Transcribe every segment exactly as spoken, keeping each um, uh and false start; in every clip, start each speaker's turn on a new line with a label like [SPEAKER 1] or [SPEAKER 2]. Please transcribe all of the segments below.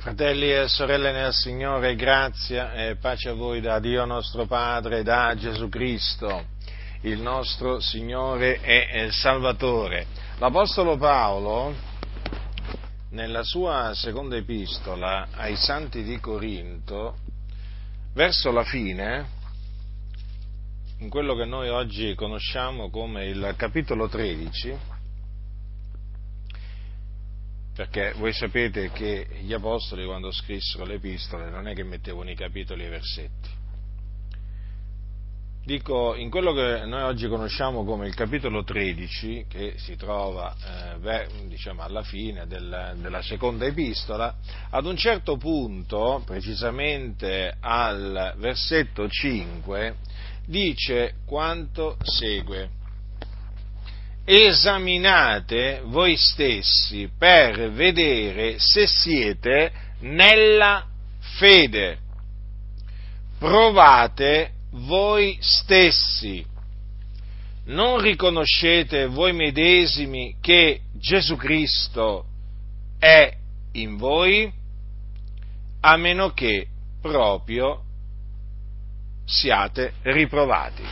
[SPEAKER 1] Fratelli e sorelle nel Signore, grazia e pace a voi da Dio nostro Padre e da Gesù Cristo, il nostro Signore e Salvatore. L'Apostolo Paolo, nella sua seconda epistola ai Santi di Corinto, verso la fine, in quello che noi oggi conosciamo come il capitolo tredici, perché voi sapete che gli apostoli, quando scrissero le epistole, non è che mettevano i capitoli e i versetti. Dico, in quello che noi oggi conosciamo come il capitolo tredici, che si trova eh, beh, diciamo alla fine del, della seconda epistola, ad un certo punto, precisamente al versetto cinque, dice quanto segue: esaminate voi stessi per vedere se siete nella fede. Provate voi stessi. Non riconoscete voi medesimi che Gesù Cristo è in voi? A meno che proprio siate riprovati.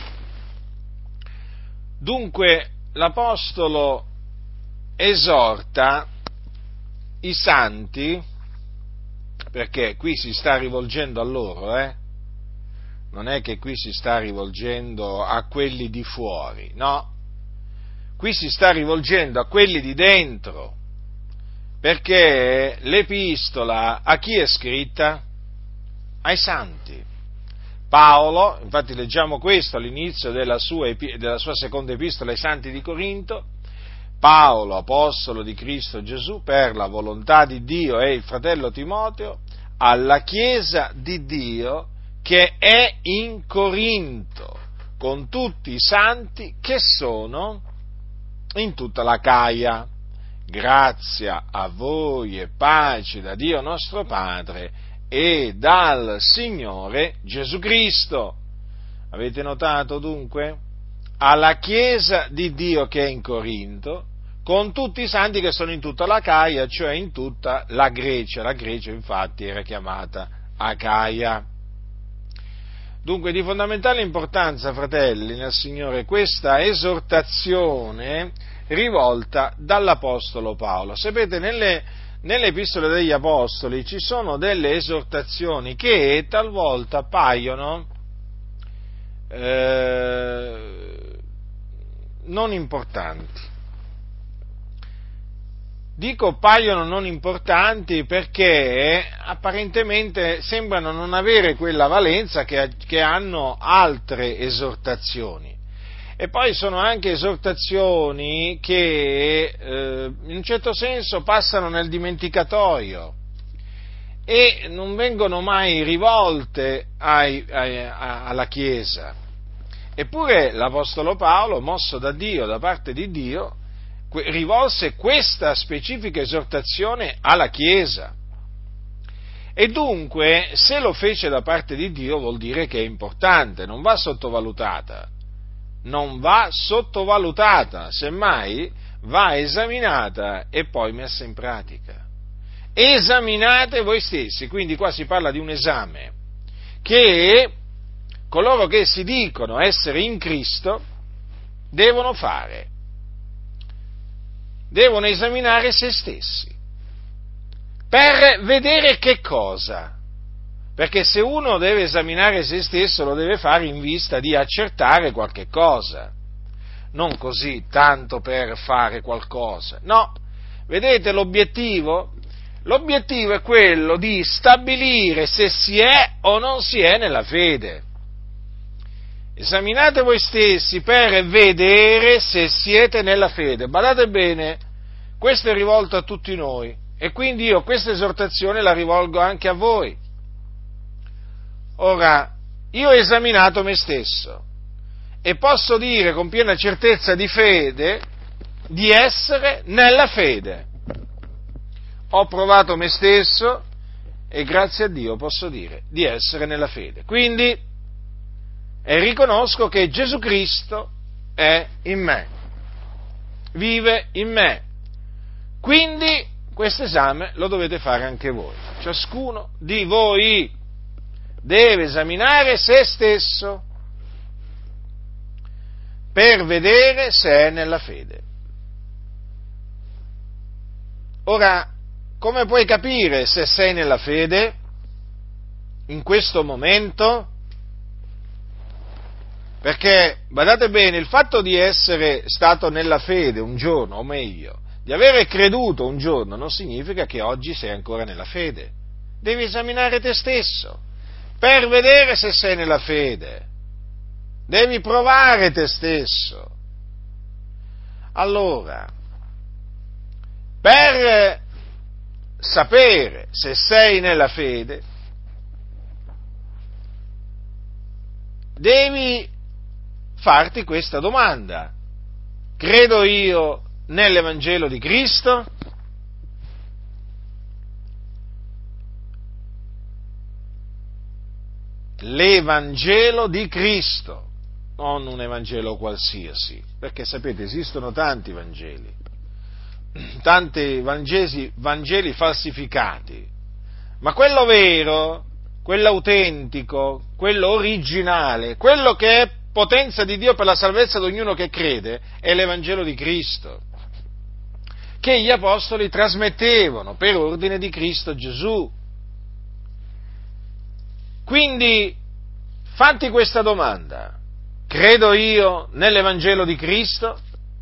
[SPEAKER 1] Dunque, l'Apostolo esorta i santi, perché qui si sta rivolgendo a loro, eh? Non è che qui si sta rivolgendo a quelli di fuori, no, qui si sta rivolgendo a quelli di dentro, perché l'epistola a chi è scritta? Ai santi. Paolo, infatti leggiamo questo all'inizio della sua, della sua seconda epistola ai Santi di Corinto: Paolo, apostolo di Cristo Gesù, per la volontà di Dio, e il fratello Timoteo, alla Chiesa di Dio che è in Corinto, con tutti i santi che sono in tutta l'Acaia. Grazia a voi e pace da Dio nostro Padre e dal Signore Gesù Cristo. Avete notato dunque? Alla Chiesa di Dio che è in Corinto, con tutti i santi che sono in tutta l'Acaia, cioè in tutta la Grecia. La Grecia infatti era chiamata Acaia. Dunque, di fondamentale importanza, fratelli nel Signore, questa esortazione rivolta dall'Apostolo Paolo. Sapete, nelle, nelle epistole degli Apostoli ci sono delle esortazioni che talvolta appaiono eh, non importanti. Dico paiono non importanti perché apparentemente sembrano non avere quella valenza che, che hanno altre esortazioni. E poi sono anche esortazioni che eh, in un certo senso passano nel dimenticatoio e non vengono mai rivolte ai, ai, alla Chiesa. Eppure l'Apostolo Paolo, mosso da Dio, da parte di Dio, rivolse questa specifica esortazione alla Chiesa. E dunque, se lo fece da parte di Dio, vuol dire che è importante, non va sottovalutata, non va sottovalutata, semmai va esaminata e poi messa in pratica. Esaminate voi stessi, quindi qua si parla di un esame che coloro che si dicono essere in Cristo devono fare. Devono esaminare se stessi, per vedere che cosa? Perché se uno deve esaminare se stesso lo deve fare in vista di accertare qualche cosa, non così tanto per fare qualcosa, no, vedete l'obiettivo? L'obiettivo è quello di stabilire se si è o non si è nella fede. Esaminate voi stessi per vedere se siete nella fede. Badate bene, questo è rivolto a tutti noi e quindi io questa esortazione la rivolgo anche a voi. Ora, io ho esaminato me stesso e posso dire con piena certezza di fede di essere nella fede. Ho provato me stesso e grazie a Dio posso dire di essere nella fede. Quindi, e riconosco che Gesù Cristo è in me, vive in me. Quindi questo esame lo dovete fare anche voi. Ciascuno di voi deve esaminare se stesso per vedere se è nella fede. Ora, come puoi capire se sei nella fede in questo momento? Perché, badate bene, il fatto di essere stato nella fede un giorno, o meglio, di avere creduto un giorno, non significa che oggi sei ancora nella fede. Devi esaminare te stesso per vedere se sei nella fede. Devi provare te stesso. Allora, per sapere se sei nella fede, devi farti questa domanda: credo io nell'Evangelo di Cristo? L'Evangelo di Cristo, non un Evangelo qualsiasi, perché sapete esistono tanti Vangeli, tanti Vangeli, Vangeli falsificati, ma quello vero, quello autentico, quello originale, quello che è potenza di Dio per la salvezza di ognuno che crede, è l'Evangelo di Cristo, che gli apostoli trasmettevano per ordine di Cristo Gesù. Quindi, fatti questa domanda: credo io nell'Evangelo di Cristo?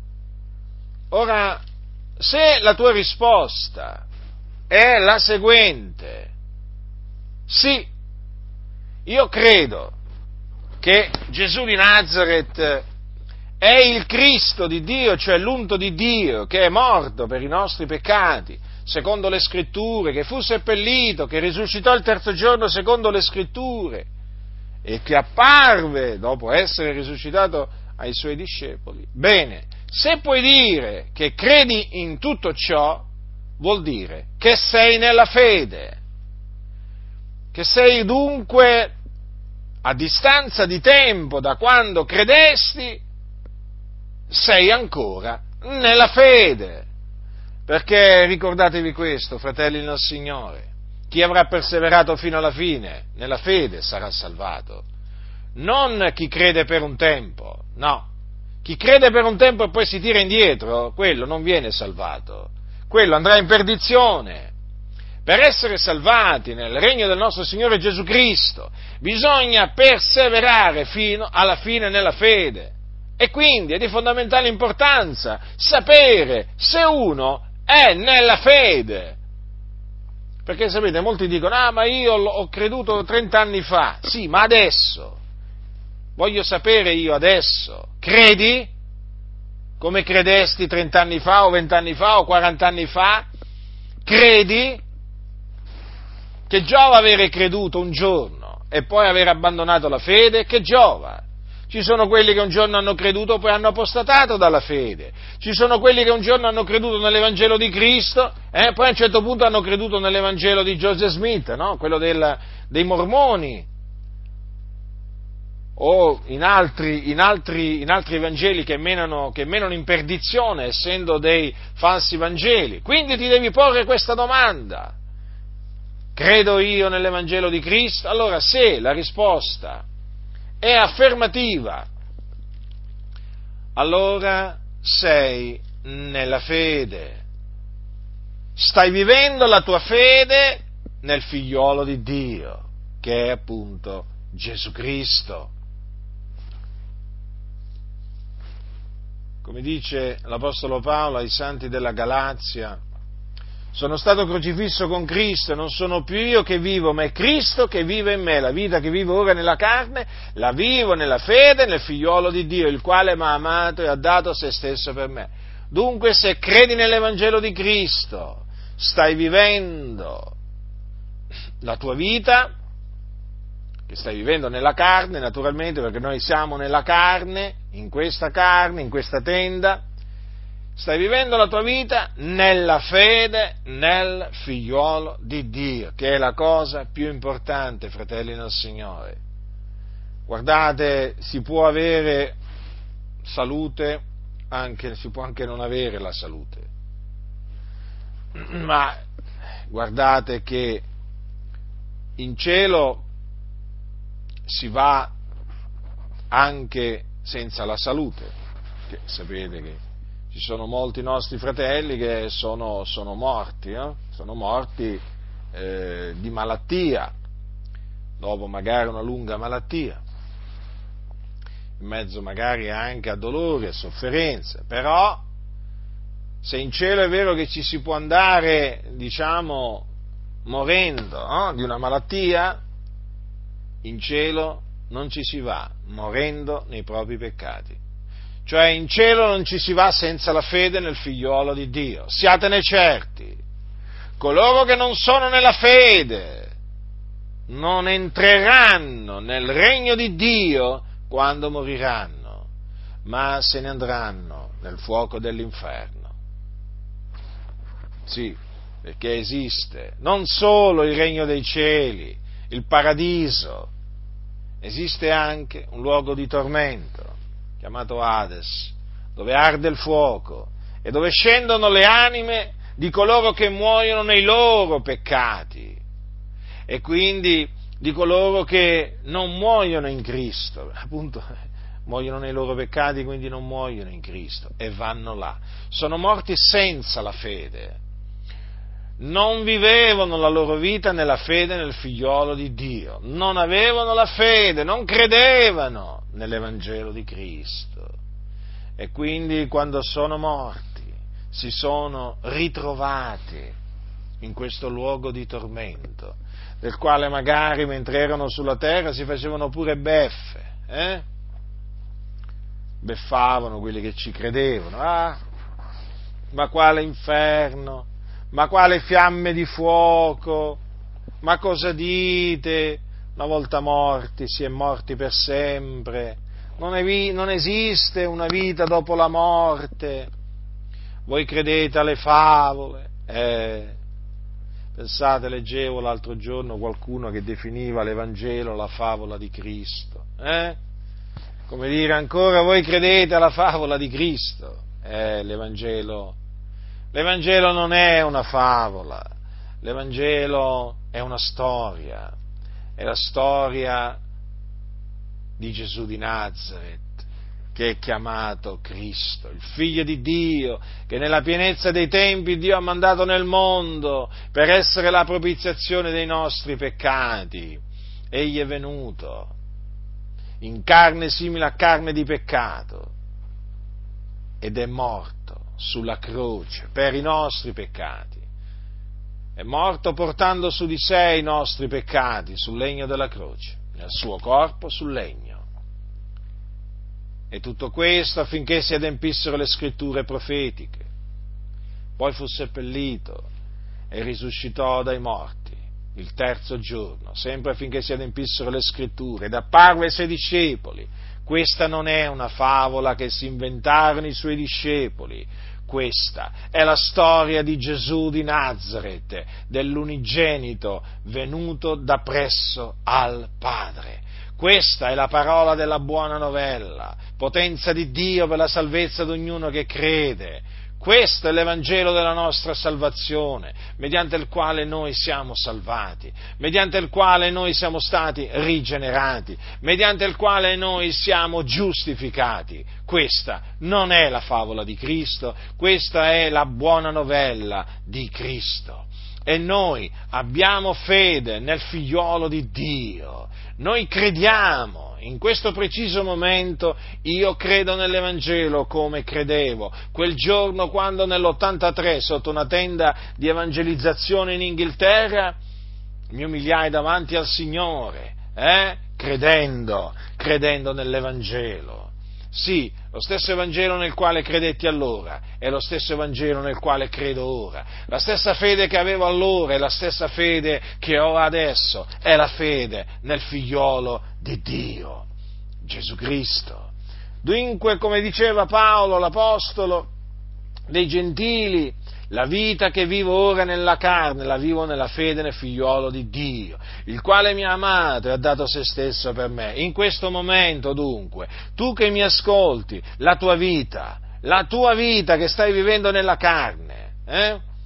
[SPEAKER 1] Ora, se la tua risposta è la seguente: sì, io credo che Gesù di Nazaret è il Cristo di Dio, cioè l'unto di Dio, che è morto per i nostri peccati, secondo le Scritture, che fu seppellito, che risuscitò il terzo giorno secondo le Scritture, e che apparve, dopo essere risuscitato, ai suoi discepoli. Bene, se puoi dire che credi in tutto ciò, vuol dire che sei nella fede, che sei dunque, a distanza di tempo da quando credesti, sei ancora nella fede. Perché ricordatevi questo, fratelli nel Signore: chi avrà perseverato fino alla fine nella fede sarà salvato. Non chi crede per un tempo, no. Chi crede per un tempo e poi si tira indietro, quello non viene salvato, quello andrà in perdizione. Per essere salvati nel regno del nostro Signore Gesù Cristo bisogna perseverare fino alla fine nella fede, e quindi è di fondamentale importanza sapere se uno è nella fede. Perché sapete, molti dicono: ah, ma io ho creduto trent'anni fa. Sì, ma adesso? Voglio sapere io adesso. Credi? Come credesti trent'anni fa, o vent'anni fa, o quarant'anni fa? Credi? Che giova avere creduto un giorno e poi aver abbandonato la fede? Che giova? Ci sono quelli che un giorno hanno creduto e poi hanno apostatato dalla fede. Ci sono quelli che un giorno hanno creduto nell'Evangelo di Cristo e eh, poi a un certo punto hanno creduto nell'Evangelo di Joseph Smith, no? Quello del, dei Mormoni, o in altri, in altri, in altri Evangeli che menano, che menano in perdizione, essendo dei falsi Vangeli. Quindi ti devi porre questa domanda: credo io nell'Evangelo di Cristo? Allora, se la risposta è affermativa, allora sei nella fede, stai vivendo la tua fede nel figliolo di Dio, che è appunto Gesù Cristo. Come dice l'Apostolo Paolo ai santi della Galazia: sono stato crocifisso con Cristo, non sono più io che vivo, ma è Cristo che vive in me. La vita che vivo ora nella carne, la vivo nella fede, nel figliolo di Dio, il quale mi ha amato e ha dato se stesso per me. Dunque, se credi nell'Evangelo di Cristo, stai vivendo la tua vita, che stai vivendo nella carne, naturalmente, perché noi siamo nella carne, in questa carne, in questa tenda. Stai vivendo la tua vita nella fede nel figliuolo di Dio, che è la cosa più importante, fratelli nel Signore. Guardate, si può avere salute, anche, si può anche non avere la salute, ma guardate che in cielo si va anche senza la salute, che sapete che ci sono molti nostri fratelli che sono, sono morti, eh? sono morti eh, di malattia, dopo magari una lunga malattia, in mezzo magari anche a dolori e sofferenze, però se in cielo è vero che ci si può andare, diciamo, morendo no? di una malattia, in cielo non ci si va morendo nei propri peccati. Cioè in cielo non ci si va senza la fede nel figliuolo di Dio. Siatene certi, coloro che non sono nella fede non entreranno nel regno di Dio quando moriranno, ma se ne andranno nel fuoco dell'inferno. Sì, perché esiste non solo il regno dei cieli, il paradiso, esiste anche un luogo di tormento, chiamato Hades, dove arde il fuoco e dove scendono le anime di coloro che muoiono nei loro peccati e quindi di coloro che non muoiono in Cristo, appunto muoiono nei loro peccati, quindi non muoiono in Cristo e vanno là. Sono morti senza la fede. Non vivevano la loro vita nella fede nel figliolo di Dio, non avevano la fede, non credevano nell'Evangelo di Cristo e quindi quando sono morti si sono ritrovati in questo luogo di tormento, del quale magari mentre erano sulla terra si facevano pure beffe, eh? Beffavano quelli che ci credevano, ah, ma quale inferno! Ma quale fiamme di fuoco? Ma cosa dite? Una volta morti si è morti per sempre. Non, è, non esiste una vita dopo la morte. Voi credete alle favole? Eh, pensate, leggevo l'altro giorno qualcuno che definiva l'Evangelo la favola di Cristo. Eh? Come dire ancora, voi credete alla favola di Cristo? Eh, l'Evangelo L'Evangelo non è una favola, l'Evangelo è una storia, è la storia di Gesù di Nazaret, che è chiamato Cristo, il Figlio di Dio, che nella pienezza dei tempi Dio ha mandato nel mondo per essere la propiziazione dei nostri peccati. Egli è venuto in carne simile a carne di peccato ed è morto sulla croce per i nostri peccati, è morto portando su di sé i nostri peccati sul legno della croce, nel suo corpo sul legno, e tutto questo affinché si adempissero le scritture profetiche. Poi fu seppellito e risuscitò dai morti il terzo giorno, sempre affinché si adempissero le scritture, ed apparve ai suoi discepoli. Questa non è una favola che si inventarono i suoi discepoli, questa è la storia di Gesù di Nazaret, dell'unigenito venuto da presso al Padre. Questa è la parola della buona novella, potenza di Dio per la salvezza di ognuno che crede. Questo è l'Evangelo della nostra salvazione, mediante il quale noi siamo salvati, mediante il quale noi siamo stati rigenerati, mediante il quale noi siamo giustificati. Questa non è la favola di Cristo, questa è la buona novella di Cristo. E noi abbiamo fede nel figliuolo di Dio, noi crediamo. In questo preciso momento io credo nell'Evangelo come credevo quel giorno quando nell'ottantatré, sotto una tenda di evangelizzazione in Inghilterra, mi umiliai davanti al Signore, eh? credendo, credendo nell'Evangelo. Sì, lo stesso Evangelo nel quale credetti allora è lo stesso Evangelo nel quale credo ora. La stessa fede che avevo allora è la stessa fede che ho adesso, è la fede nel figliolo di Dio, Gesù Cristo. Dunque, come diceva Paolo, l'apostolo dei gentili, la vita che vivo ora nella carne, la vivo nella fede nel figliolo di Dio, il quale mi ha amato e ha dato se stesso per me. In questo momento, dunque, tu che mi ascolti, la tua vita, la tua vita che stai vivendo nella carne, eh?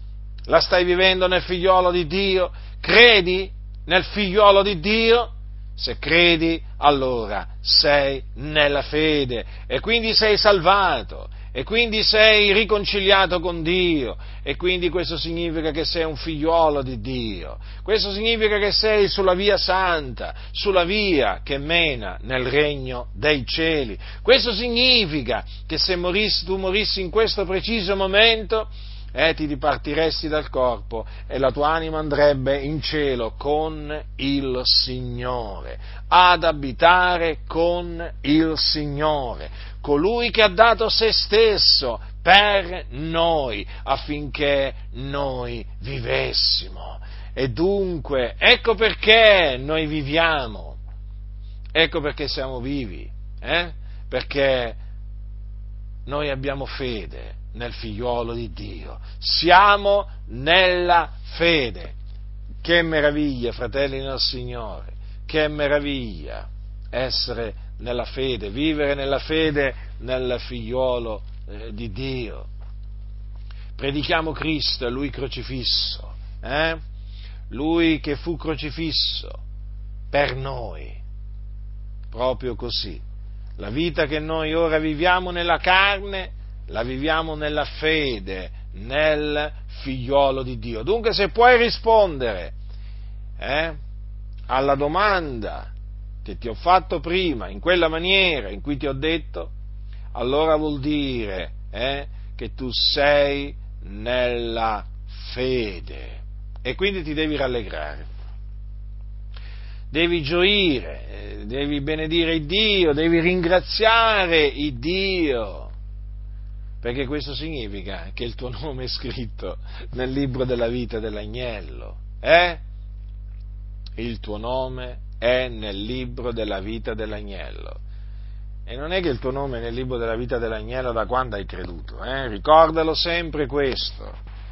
[SPEAKER 1] La stai vivendo nel figliolo di Dio? Credi nel figliolo di Dio? Se credi, allora sei nella fede e quindi sei salvato e quindi sei riconciliato con Dio e quindi questo significa che sei un figliolo di Dio. Questo significa che sei sulla via santa, sulla via che mena nel regno dei cieli. Questo significa che se morissi, tu morissi in questo preciso momento, Eh, ti dipartiresti dal corpo e la tua anima andrebbe in cielo con il Signore, ad abitare con il Signore, colui che ha dato se stesso per noi affinché noi vivessimo. E dunque, ecco perché noi viviamo, ecco perché siamo vivi, eh? Perché noi abbiamo fede nel figliuolo di Dio, siamo nella fede. Che meraviglia, fratelli nel Signore, che meraviglia essere nella fede, vivere nella fede nel figliuolo eh, di Dio. Predichiamo Cristo e Lui crocifisso, eh? Lui che fu crocifisso per noi, proprio così. La vita che noi ora viviamo nella carne, la viviamo nella fede, nel figliuolo di Dio. Dunque, se puoi rispondere eh, alla domanda che ti ho fatto prima, in quella maniera in cui ti ho detto, allora vuol dire eh, che tu sei nella fede e quindi ti devi rallegrare. Devi gioire, devi benedire il Dio, devi ringraziare il Dio, perché questo significa che il tuo nome è scritto nel libro della vita dell'agnello, eh? Il tuo nome è nel libro della vita dell'agnello. E non è che il tuo nome è nel libro della vita dell'agnello da quando hai creduto, eh? Ricordalo sempre questo,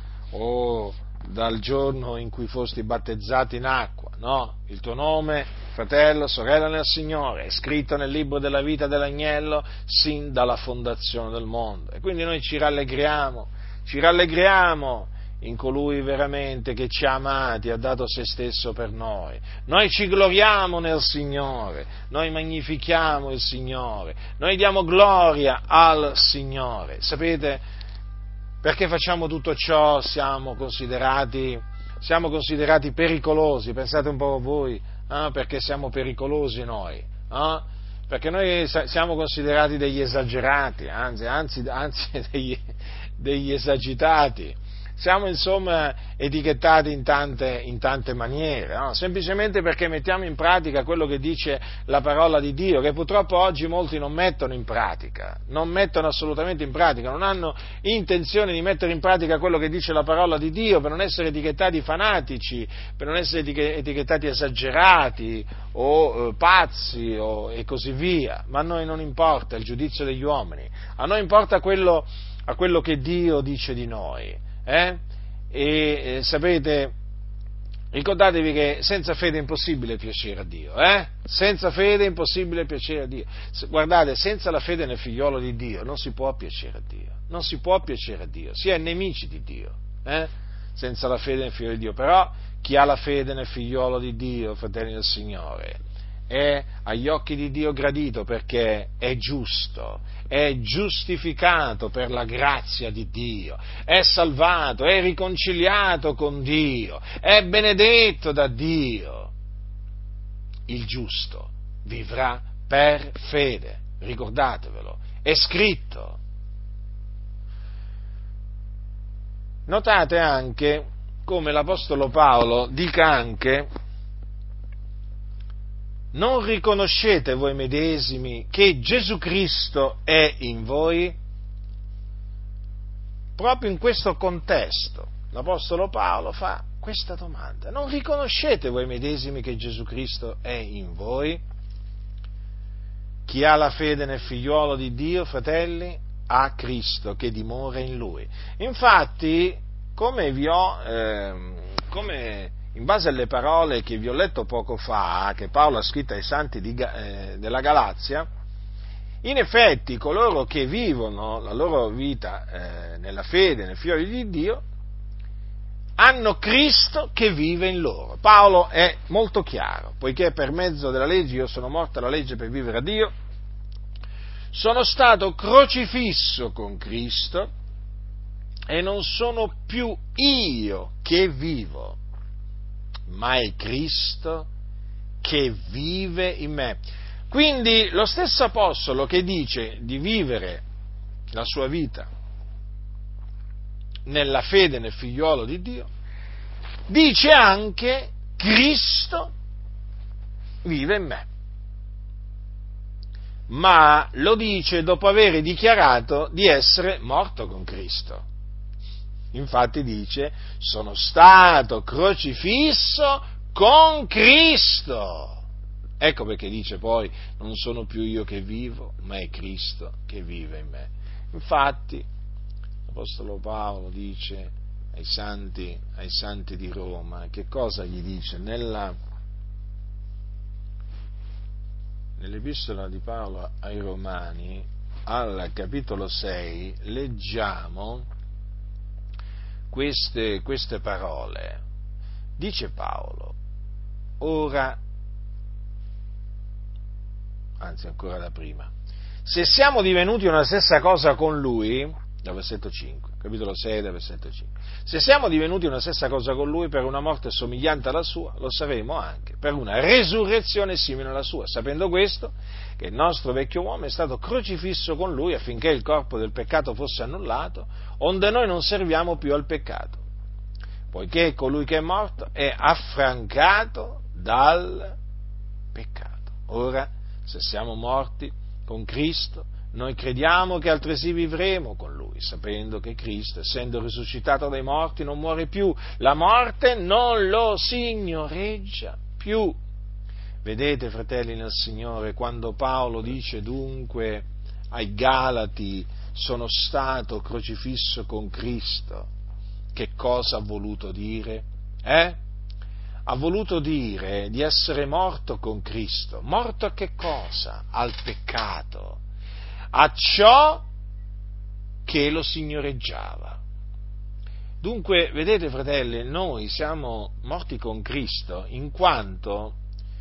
[SPEAKER 1] o dal giorno in cui fosti battezzato in acqua, no? Il tuo nome, fratello, sorella nel Signore, è scritto nel libro della vita dell'agnello sin dalla fondazione del mondo. E quindi noi ci rallegriamo, ci rallegriamo in colui veramente che ci ha amati, ha dato se stesso per noi. Noi ci gloriamo nel Signore, noi magnifichiamo il Signore, noi diamo gloria al Signore. Sapete, perché facciamo tutto ciò? Siamo considerati, siamo considerati pericolosi, pensate un po' voi, eh? Perché siamo pericolosi noi, eh? Perché noi siamo considerati degli esagerati, anzi, anzi, anzi degli, degli esagitati. Siamo insomma etichettati in tante, in tante maniere, no? Semplicemente perché mettiamo in pratica quello che dice la parola di Dio, che purtroppo oggi molti non mettono in pratica, non mettono assolutamente in pratica, non hanno intenzione di mettere in pratica quello che dice la parola di Dio per non essere etichettati fanatici, per non essere etichettati esagerati o eh, pazzi o, e così via. Ma a noi non importa il giudizio degli uomini, a noi importa quello, a quello che Dio dice di noi. Eh? E eh, sapete, ricordatevi che senza fede è impossibile piacere a Dio, eh? Senza fede è impossibile piacere a Dio. Guardate, senza la fede nel figliolo di Dio non si può piacere a Dio, non si può piacere a Dio, si è nemici di Dio, eh? Senza la fede nel figliolo di Dio. Però chi ha la fede nel figliolo di Dio, fratelli del Signore, è agli occhi di Dio gradito perché è giusto, è giustificato per la grazia di Dio, è salvato, è riconciliato con Dio, è benedetto da Dio. Il giusto vivrà per fede, ricordatevelo, è scritto. Notate anche come l'Apostolo Paolo dica anche: non riconoscete voi medesimi che Gesù Cristo è in voi? Proprio in questo contesto l'Apostolo Paolo fa questa domanda: non riconoscete voi medesimi che Gesù Cristo è in voi? Chi ha la fede nel figliuolo di Dio, fratelli, ha Cristo che dimora in lui. Infatti, come vi ho, eh, come in base alle parole che vi ho letto poco fa, che Paolo ha scritto ai santi di, eh, della Galazia, in effetti coloro che vivono la loro vita eh, nella fede, nel figlio di Dio, hanno Cristo che vive in loro. Paolo è molto chiaro, poiché per mezzo della legge io sono morto alla legge per vivere a Dio, sono stato crocifisso con Cristo e non sono più io che vivo, ma è Cristo che vive in me. Quindi lo stesso apostolo che dice di vivere la sua vita nella fede nel figliuolo di Dio, dice anche Cristo vive in me. Ma lo dice dopo aver dichiarato di essere morto con Cristo. Infatti dice, sono stato crocifisso con Cristo. Ecco perché dice poi, non sono più io che vivo, ma è Cristo che vive in me. Infatti, l'Apostolo Paolo dice ai santi, ai santi di Roma, che cosa gli dice? Nella, nell'epistola di Paolo ai Romani, al capitolo sei, leggiamo queste, queste parole. Dice Paolo, ora, anzi ancora da prima, se siamo divenuti una stessa cosa con lui, dal versetto cinque, capitolo sei, dal versetto cinque, se siamo divenuti una stessa cosa con lui per una morte somigliante alla sua, lo saremo anche per una resurrezione simile alla sua, sapendo questo, che il nostro vecchio uomo è stato crocifisso con lui affinché il corpo del peccato fosse annullato, onde noi non serviamo più al peccato, poiché colui che è morto è affrancato dal peccato. Ora, se siamo morti con Cristo, noi crediamo che altresì vivremo con Lui, sapendo che Cristo, essendo risuscitato dai morti, non muore più, la morte non lo signoreggia più. Vedete, fratelli nel Signore, quando Paolo dice dunque ai Galati, sono stato crocifisso con Cristo, che cosa ha voluto dire? Eh? Ha voluto dire di essere morto con Cristo. Morto a che cosa? Al peccato, a ciò che lo signoreggiava. Dunque, vedete fratelli, noi siamo morti con Cristo in quanto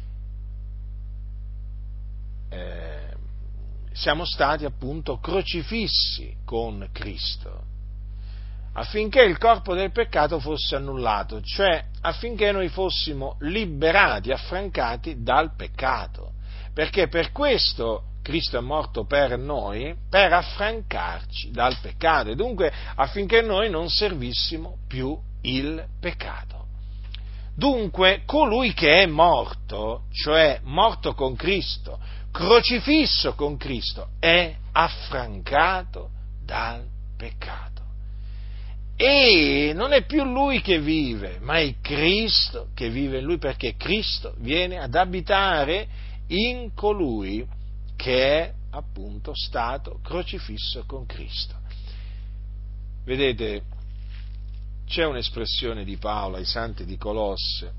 [SPEAKER 1] eh, siamo stati appunto crocifissi con Cristo, affinché il corpo del peccato fosse annullato, cioè affinché noi fossimo liberati, affrancati dal peccato, perché per questo Cristo è morto per noi, per affrancarci dal peccato, e dunque affinché noi non servissimo più il peccato. Dunque, colui che è morto, cioè morto con Cristo, crocifisso con Cristo, è affrancato dal peccato. E non è più lui che vive, ma è Cristo che vive in lui, perché Cristo viene ad abitare in colui che è appunto stato crocifisso con Cristo. Vedete, c'è un'espressione di Paolo ai santi di Colosse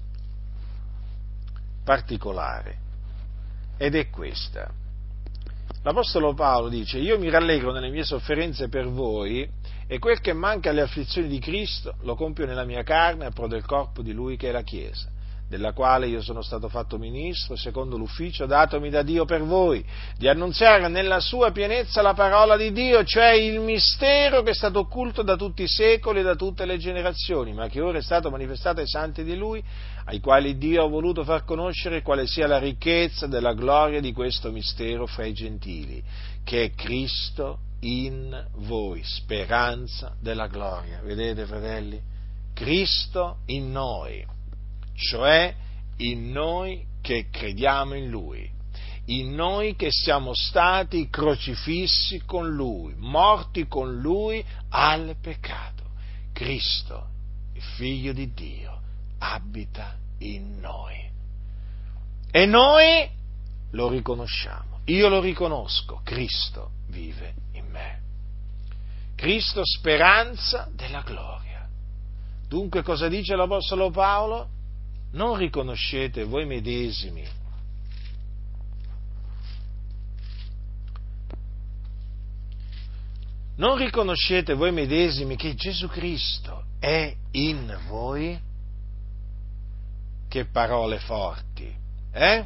[SPEAKER 1] particolare, ed è questa. L'Apostolo Paolo dice, io mi rallegro nelle mie sofferenze per voi, e quel che manca alle afflizioni di Cristo lo compio nella mia carne a pro del corpo di Lui che è la Chiesa, della quale io sono stato fatto ministro secondo l'ufficio datomi da Dio per voi, di annunziare nella sua pienezza la parola di Dio, cioè il mistero che è stato occulto da tutti i secoli e da tutte le generazioni, ma che ora è stato manifestato ai santi di Lui, ai quali Dio ha voluto far conoscere quale sia la ricchezza della gloria di questo mistero fra i gentili, che è Cristo in voi, speranza della gloria. Vedete, fratelli? Cristo in noi, cioè in noi che crediamo in Lui, in noi che siamo stati crocifissi con Lui, morti con Lui al peccato. Cristo, il Figlio di Dio, abita in noi. E noi lo riconosciamo. Io lo riconosco. Cristo vive in me. Cristo, speranza della gloria. Dunque cosa dice l'Apostolo Paolo? Non riconoscete voi medesimi non riconoscete voi medesimi che Gesù Cristo è in voi? Che parole forti, eh?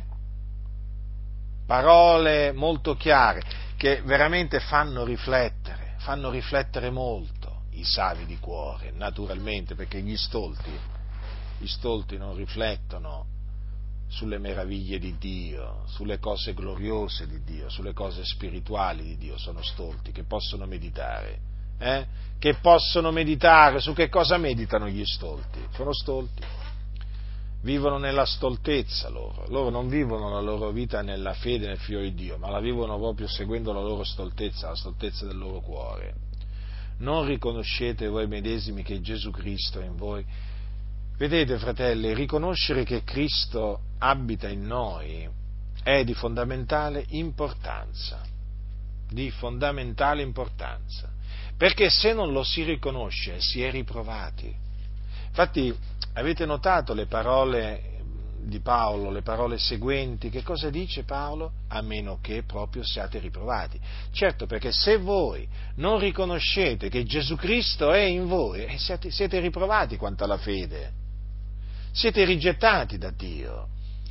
[SPEAKER 1] Parole molto chiare, che veramente fanno riflettere, fanno riflettere molto i savi di cuore, naturalmente, perché gli stolti, gli stolti non riflettono sulle meraviglie di Dio, sulle cose gloriose di Dio, sulle cose spirituali di Dio, sono stolti, che possono meditare, eh? Che possono meditare, su che cosa meditano gli stolti? Sono stolti. Vivono nella stoltezza loro, loro non vivono la loro vita nella fede nel Figlio di Dio, ma la vivono proprio seguendo la loro stoltezza, la stoltezza del loro cuore. Non riconoscete voi medesimi che Gesù Cristo è in voi? Vedete, fratelli, riconoscere che Cristo abita in noi è di fondamentale importanza, di fondamentale importanza, perché se non lo si riconosce si è riprovati. Infatti, avete notato le parole di Paolo, le parole seguenti? Che cosa dice Paolo? A meno che proprio siate riprovati. Certo, perché se voi non riconoscete che Gesù Cristo è in voi, eh, siete, siete riprovati quanto alla fede, siete rigettati da Dio.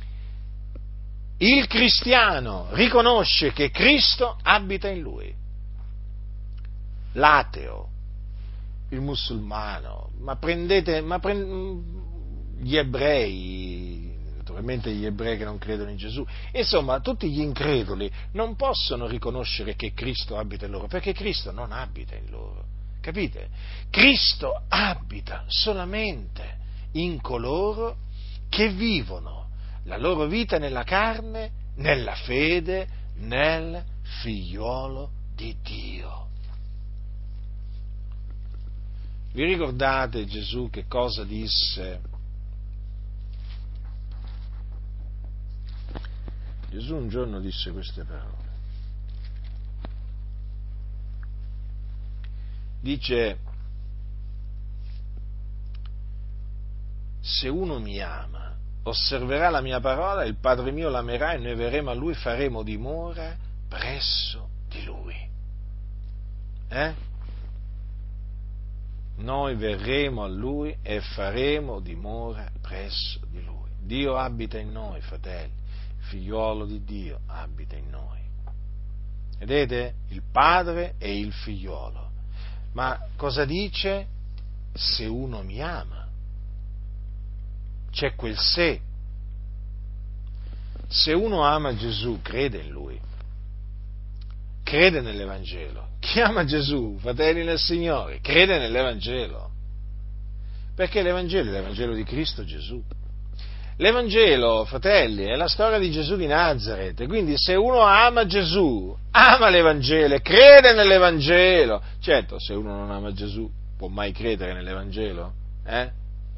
[SPEAKER 1] Il cristiano riconosce che Cristo abita in lui. L'ateo, il musulmano, ma prendete, ma prendete gli ebrei, naturalmente gli ebrei che non credono in Gesù, insomma tutti gli increduli non possono riconoscere che Cristo abita in loro, perché Cristo non abita in loro, capite? Cristo abita solamente in coloro che vivono la loro vita nella carne, nella fede, nel figliolo di Dio. Vi ricordate Gesù che cosa disse? Gesù un giorno disse queste parole. Dice: se uno mi ama, osserverà la mia parola, il Padre mio l'amerà e noi verremo a lui, faremo dimora presso di lui. Eh? Noi verremo a Lui e faremo dimora presso di Lui. Dio abita in noi, fratelli, il figliuolo di Dio abita in noi. Vedete? Il Padre e il figliuolo. Ma cosa dice? Se uno mi ama. C'è quel se. Se uno ama Gesù, crede in Lui. Crede nell'Evangelo. Chi ama Gesù, fratelli nel Signore, crede nell'Evangelo. Perché l'Evangelo è l'Evangelo di Cristo Gesù. L'Evangelo, fratelli, è la storia di Gesù di Nazaret. Quindi se uno ama Gesù, ama l'Evangelo, crede nell'Evangelo. Certo, se uno non ama Gesù, può mai credere nell'Evangelo? Eh?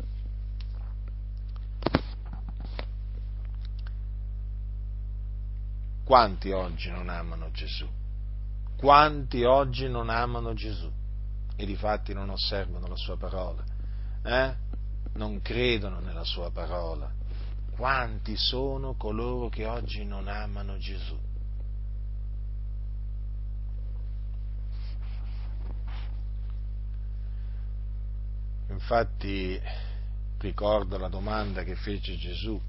[SPEAKER 1] Quanti oggi non amano Gesù? Quanti oggi non amano Gesù e difatti non osservano la sua parola, eh? Non credono nella sua parola. Quanti sono coloro che oggi non amano Gesù? Infatti ricordo la domanda che fece Gesù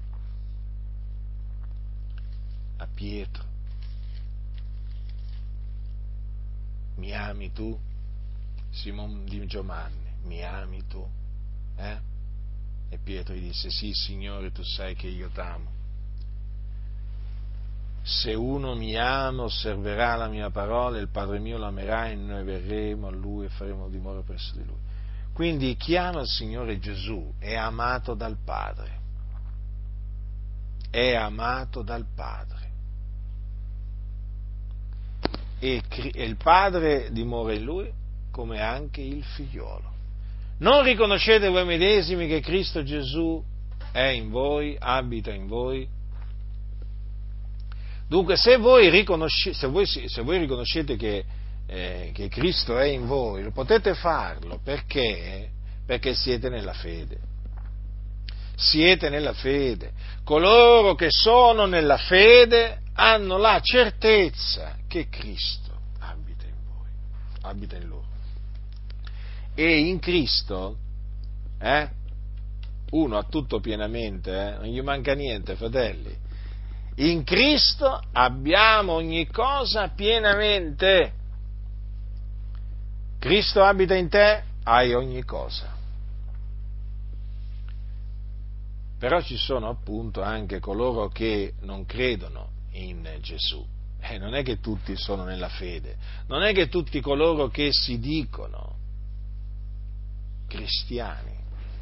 [SPEAKER 1] a Pietro: mi ami tu? Simon di Giovanni, mi ami tu? Eh? E Pietro gli disse: sì, Signore, tu sai che io t'amo. Se uno mi ama, osserverà la mia parola, il Padre mio l'amerà e noi verremo a Lui e faremo dimora presso di Lui. Quindi chi ama il Signore Gesù è amato dal Padre. È amato dal Padre. E il Padre dimora in Lui, come anche il Figliolo. Non riconoscete voi medesimi che Cristo Gesù è in voi, abita in voi? Dunque, se voi riconoscete, se voi, se voi riconoscete che, eh, che Cristo è in voi, lo potete farlo perché? Perché siete nella fede. Siete nella fede. Coloro che sono nella fede hanno la certezza che Cristo abita in voi, abita in loro. E in Cristo Eh? Uno ha tutto pienamente, eh? Non gli manca niente, fratelli. In Cristo abbiamo ogni cosa pienamente. Cristo abita in te, hai ogni cosa. Però ci sono appunto anche coloro che non credono in Gesù. Eh, non è che tutti sono nella fede, non è che tutti coloro che si dicono cristiani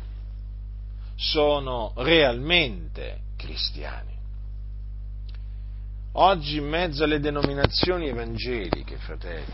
[SPEAKER 1] sono realmente cristiani. Oggi in mezzo alle denominazioni evangeliche, fratelli,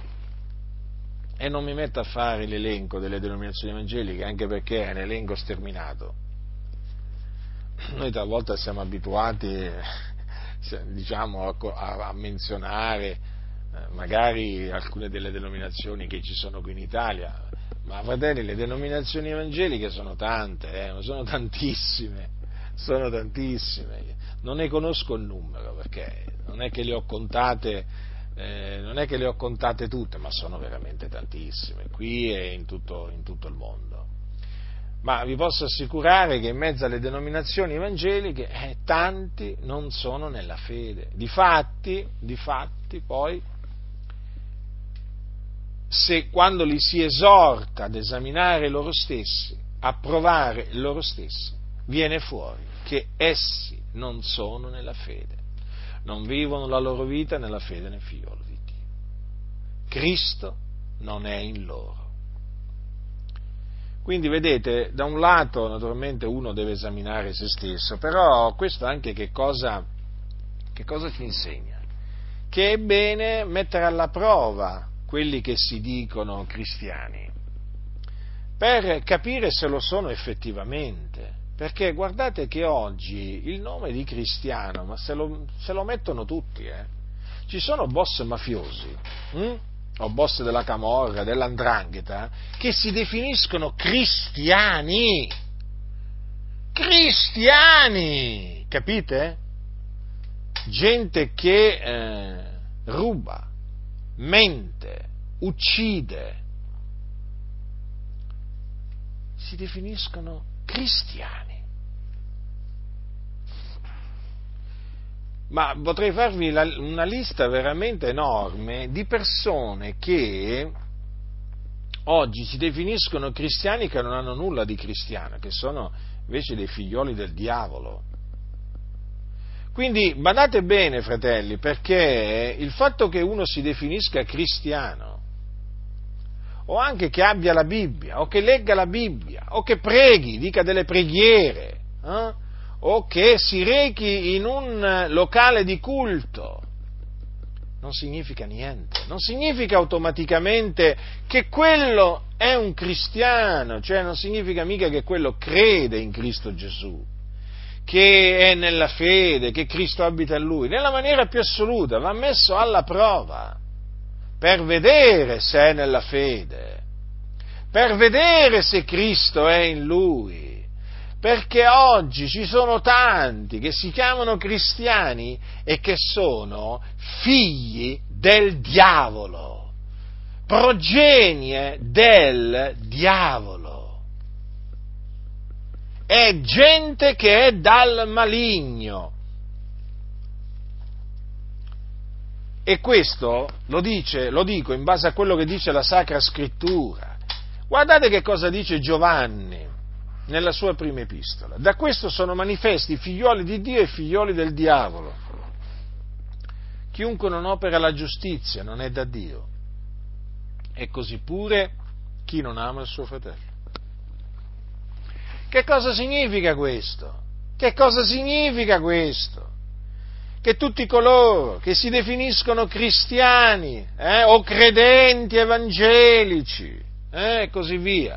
[SPEAKER 1] e non mi metto a fare l'elenco delle denominazioni evangeliche, anche perché è un elenco sterminato. Noi talvolta siamo abituati, diciamo, a, a menzionare magari alcune delle denominazioni che ci sono qui in Italia, ma fratelli, le denominazioni evangeliche sono tante, eh, sono tantissime, sono tantissime, non ne conosco il numero, perché non è che le ho contate, eh, non è che le ho contate tutte, ma sono veramente tantissime, qui e in tutto, in tutto il mondo. Ma vi posso assicurare che in mezzo alle denominazioni evangeliche eh, tanti non sono nella fede. Difatti, difatti poi, se quando li si esorta ad esaminare loro stessi, a provare loro stessi, viene fuori che essi non sono nella fede, non vivono la loro vita nella fede nel figliolo di Dio. Cristo non è in loro. Quindi vedete, da un lato naturalmente uno deve esaminare se stesso, però questo anche che cosa, che cosa ci insegna? Che è bene mettere alla prova quelli che si dicono cristiani, per capire se lo sono effettivamente, perché guardate che oggi il nome di cristiano, ma se lo, se lo mettono tutti, eh? Ci sono boss mafiosi, hm? o boss della Camorra, dell'Andrangheta, che si definiscono cristiani, cristiani, capite? Gente che eh, ruba, mente, uccide, si definiscono cristiani. Ma potrei farvi la, una lista veramente enorme di persone che oggi si definiscono cristiani che non hanno nulla di cristiano, che sono invece dei figlioli del diavolo. Quindi badate bene, fratelli, perché il fatto che uno si definisca cristiano, o anche che abbia la Bibbia, o che legga la Bibbia, o che preghi, dica delle preghiere, eh? o che si rechi in un locale di culto, non significa niente, non significa automaticamente che quello è un cristiano, cioè non significa mica che quello crede in Cristo Gesù, che è nella fede, che Cristo abita in lui, nella maniera più assoluta, va messo alla prova, per vedere se è nella fede, per vedere se Cristo è in lui. Perché oggi ci sono tanti che si chiamano cristiani e che sono figli del diavolo, progenie del diavolo. È gente che è dal maligno. E questo lo dice, lo dico in base a quello che dice la Sacra Scrittura. Guardate che cosa dice Giovanni nella sua prima epistola. Da questo sono manifesti i figlioli di Dio e i figlioli del diavolo. Chiunque non opera la giustizia non è da Dio, e così pure chi non ama il suo fratello. Che cosa significa questo? Che cosa significa questo? Che tutti coloro che si definiscono cristiani eh, o credenti evangelici eh, e così via,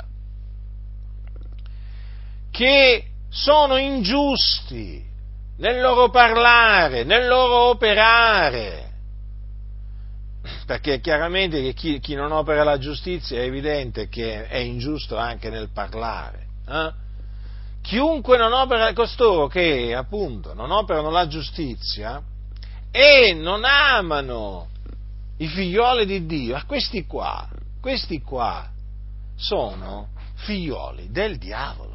[SPEAKER 1] che sono ingiusti nel loro parlare, nel loro operare, perché chiaramente che chi, chi non opera la giustizia è evidente che è ingiusto anche nel parlare. Eh? Chiunque non opera, costoro che appunto non operano la giustizia e non amano i figlioli di Dio, a questi qua, questi qua sono figlioli del diavolo.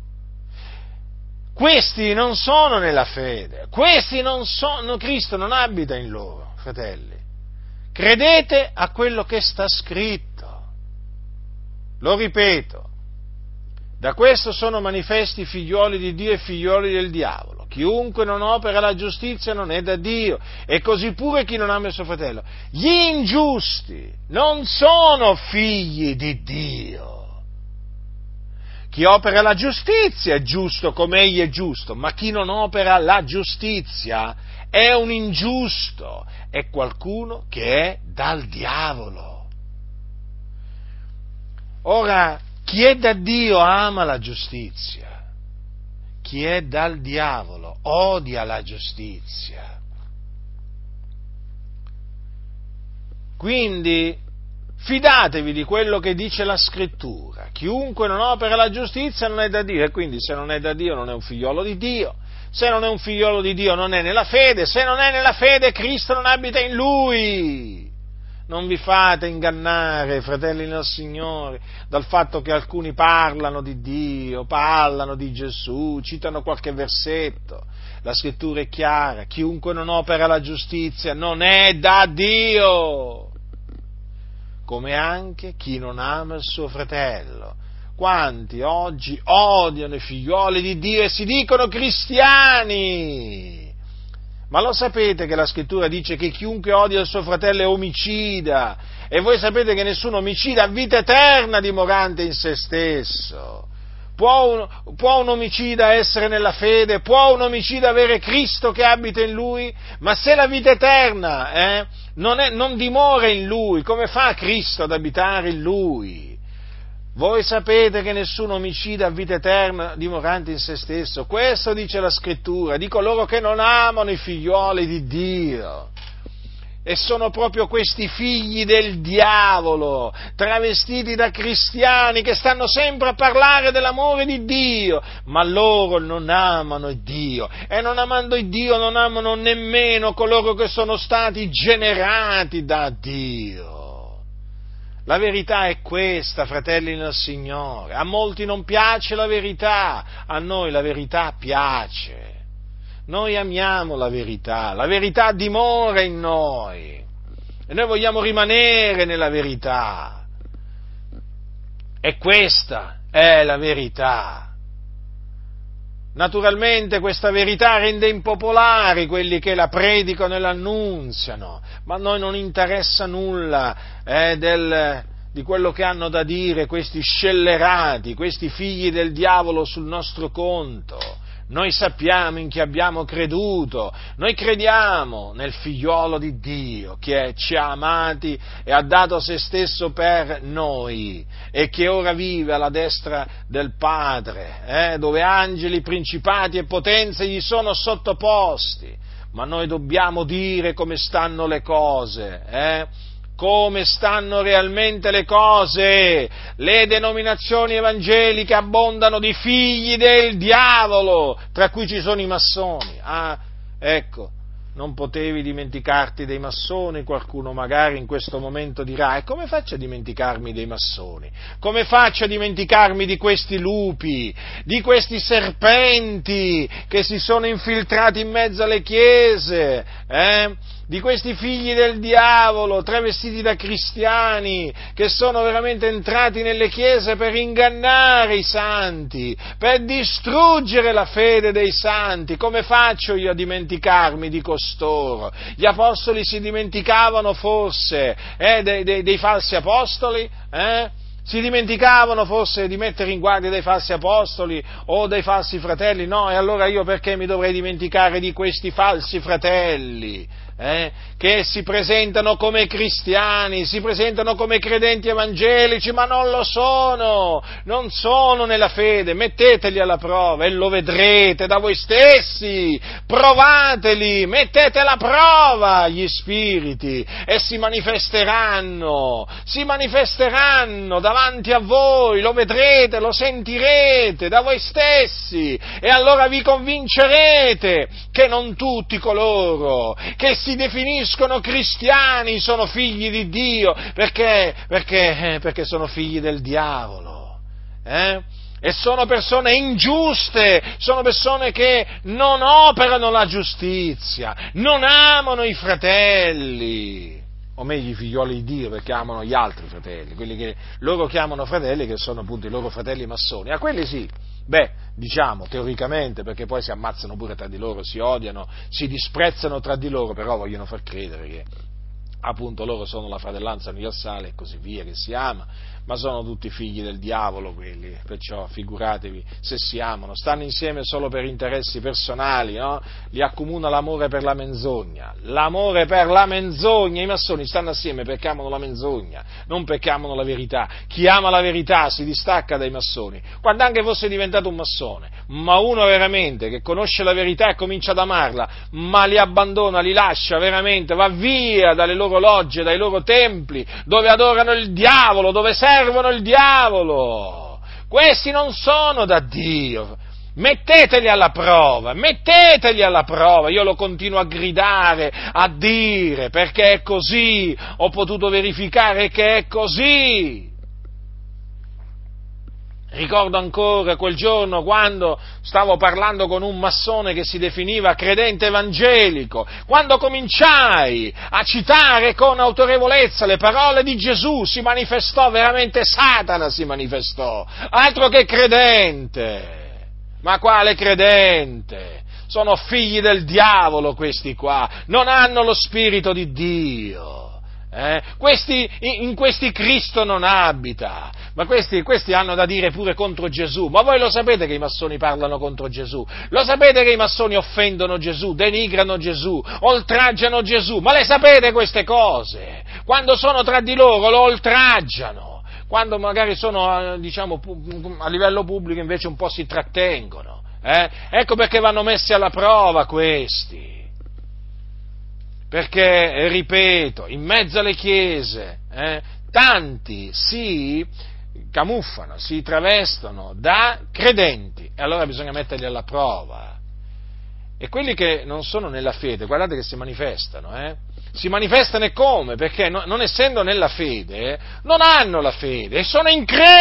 [SPEAKER 1] Questi non sono nella fede, questi non sono, Cristo non abita in loro, fratelli. Credete a quello che sta scritto. Lo ripeto, da questo sono manifesti i figlioli di Dio e figlioli del diavolo. Chiunque non opera la giustizia non è da Dio, e così pure chi non ama il suo fratello. Gli ingiusti non sono figli di Dio. Chi opera la giustizia è giusto come egli è giusto, ma chi non opera la giustizia è un ingiusto, è qualcuno che è dal diavolo. Ora, chi è da Dio ama la giustizia, chi è dal diavolo odia la giustizia. Quindi fidatevi di quello che dice la Scrittura. Chiunque non opera la giustizia non è da Dio, e quindi se non è da Dio non è un figliolo di Dio. Se non è un figliolo di Dio non è nella fede, se non è nella fede Cristo non abita in lui. Non vi fate ingannare, fratelli nel Signore, dal fatto che alcuni parlano di Dio, parlano di Gesù, citano qualche versetto. La Scrittura è chiara: chiunque non opera la giustizia non è da Dio. Come anche chi non ama il suo fratello. Quanti oggi odiano i figlioli di Dio e si dicono cristiani? Ma lo sapete che la Scrittura dice che chiunque odia il suo fratello è omicida, e voi sapete che nessun omicida ha vita eterna dimorante in se stesso. Può un, può un omicida essere nella fede? Può un omicida avere Cristo che abita in lui? Ma se la vita eterna eh, non, è, non dimora in lui, come fa Cristo ad abitare in lui? Voi sapete che nessun omicida ha vita eterna dimorante in se stesso. Questo dice la Scrittura di coloro che non amano i figlioli di Dio. E sono proprio questi figli del diavolo, travestiti da cristiani, che stanno sempre a parlare dell'amore di Dio, ma loro non amano Dio, e non amando Dio non amano nemmeno coloro che sono stati generati da Dio. La verità è questa, fratelli nel Signore. A molti non piace la verità, a noi la verità piace. Noi amiamo la verità, la verità dimora in noi e noi vogliamo rimanere nella verità. E questa è la verità. Naturalmente questa verità rende impopolari quelli che la predicano e l'annunziano, ma a noi non interessa nulla eh, del, di quello che hanno da dire questi scellerati, questi figli del diavolo sul nostro conto. Noi sappiamo in chi abbiamo creduto, noi crediamo nel figliolo di Dio che ci ha amati e ha dato se stesso per noi e che ora vive alla destra del Padre, eh, dove angeli, principati e potenze gli sono sottoposti. Ma noi dobbiamo dire come stanno le cose, eh? Come stanno realmente le cose. Le denominazioni evangeliche abbondano di figli del diavolo, tra cui ci sono i massoni. Ah, ecco, non potevi dimenticarti dei massoni? Qualcuno magari in questo momento dirà: e come faccio a dimenticarmi dei massoni? Come faccio a dimenticarmi di questi lupi, di questi serpenti che si sono infiltrati in mezzo alle chiese, eh? Di questi figli del diavolo, travestiti da cristiani, che sono veramente entrati nelle chiese per ingannare i santi, per distruggere la fede dei santi. Come faccio io a dimenticarmi di costoro? Gli apostoli si dimenticavano forse eh, dei, dei, dei falsi apostoli? Eh? Si dimenticavano forse di mettere in guardia dei falsi apostoli o dei falsi fratelli? No, e allora io perché mi dovrei dimenticare di questi falsi fratelli? Eh, che si presentano come cristiani, si presentano come credenti evangelici, ma non lo sono, non sono nella fede. Metteteli alla prova e lo vedrete da voi stessi, provateli, mettete alla prova gli spiriti e si manifesteranno, si manifesteranno davanti a voi, lo vedrete, lo sentirete da voi stessi e allora vi convincerete che non tutti coloro che si definiscono cristiani sono figli di Dio, perché, perché, perché sono figli del diavolo. eh? E sono persone ingiuste, sono persone che non operano la giustizia, non amano i fratelli, o meglio i figlioli di Dio, perché amano gli altri fratelli, quelli che loro chiamano fratelli, che sono appunto i loro fratelli massoni. A quelli sì, beh, diciamo teoricamente, perché poi si ammazzano pure tra di loro, si odiano, si disprezzano tra di loro, però vogliono far credere che appunto loro sono la fratellanza universale e così via, che si ama, ma sono tutti figli del diavolo quelli, perciò figuratevi se si amano, stanno insieme solo per interessi personali, no? Li accomuna l'amore per la menzogna, l'amore per la menzogna, i massoni stanno assieme perché amano la menzogna, non perché amano la verità. Chi ama la verità si distacca dai massoni, quando anche fosse diventato un massone, ma uno veramente che conosce la verità e comincia ad amarla, ma li abbandona, li lascia veramente, va via dalle loro logge, dai loro templi, dove adorano il diavolo, dove servono il diavolo. Questi non sono da Dio. Metteteli alla prova, metteteli alla prova, io lo continuo a gridare, a dire, perché è così, ho potuto verificare che è così. Ricordo ancora quel giorno quando stavo parlando con un massone che si definiva credente evangelico, quando cominciai a citare con autorevolezza le parole di Gesù, si manifestò veramente Satana, si manifestò, altro che credente. Ma quale credente? Sono figli del diavolo questi qua, non hanno lo spirito di Dio. Eh? Questi, in questi Cristo non abita, ma questi, questi hanno da dire pure contro Gesù. Ma voi lo sapete che i massoni parlano contro Gesù? Lo sapete che i massoni offendono Gesù, denigrano Gesù, oltraggiano Gesù? Ma le sapete queste cose? Quando sono tra di loro lo oltraggiano, quando magari sono, diciamo, a livello pubblico invece un po' si trattengono. Eh? Ecco perché vanno messi alla prova questi. Perché, ripeto, in mezzo alle chiese, eh, tanti si camuffano, si travestono da credenti, e allora bisogna metterli alla prova. E quelli che non sono nella fede, guardate che si manifestano, eh? Si manifestano e come? Perché no, non essendo nella fede, non hanno la fede, e sono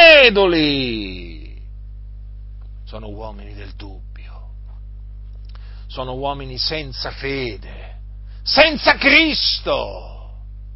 [SPEAKER 1] increduli. Sono uomini del dubbio, sono uomini senza fede, senza Cristo.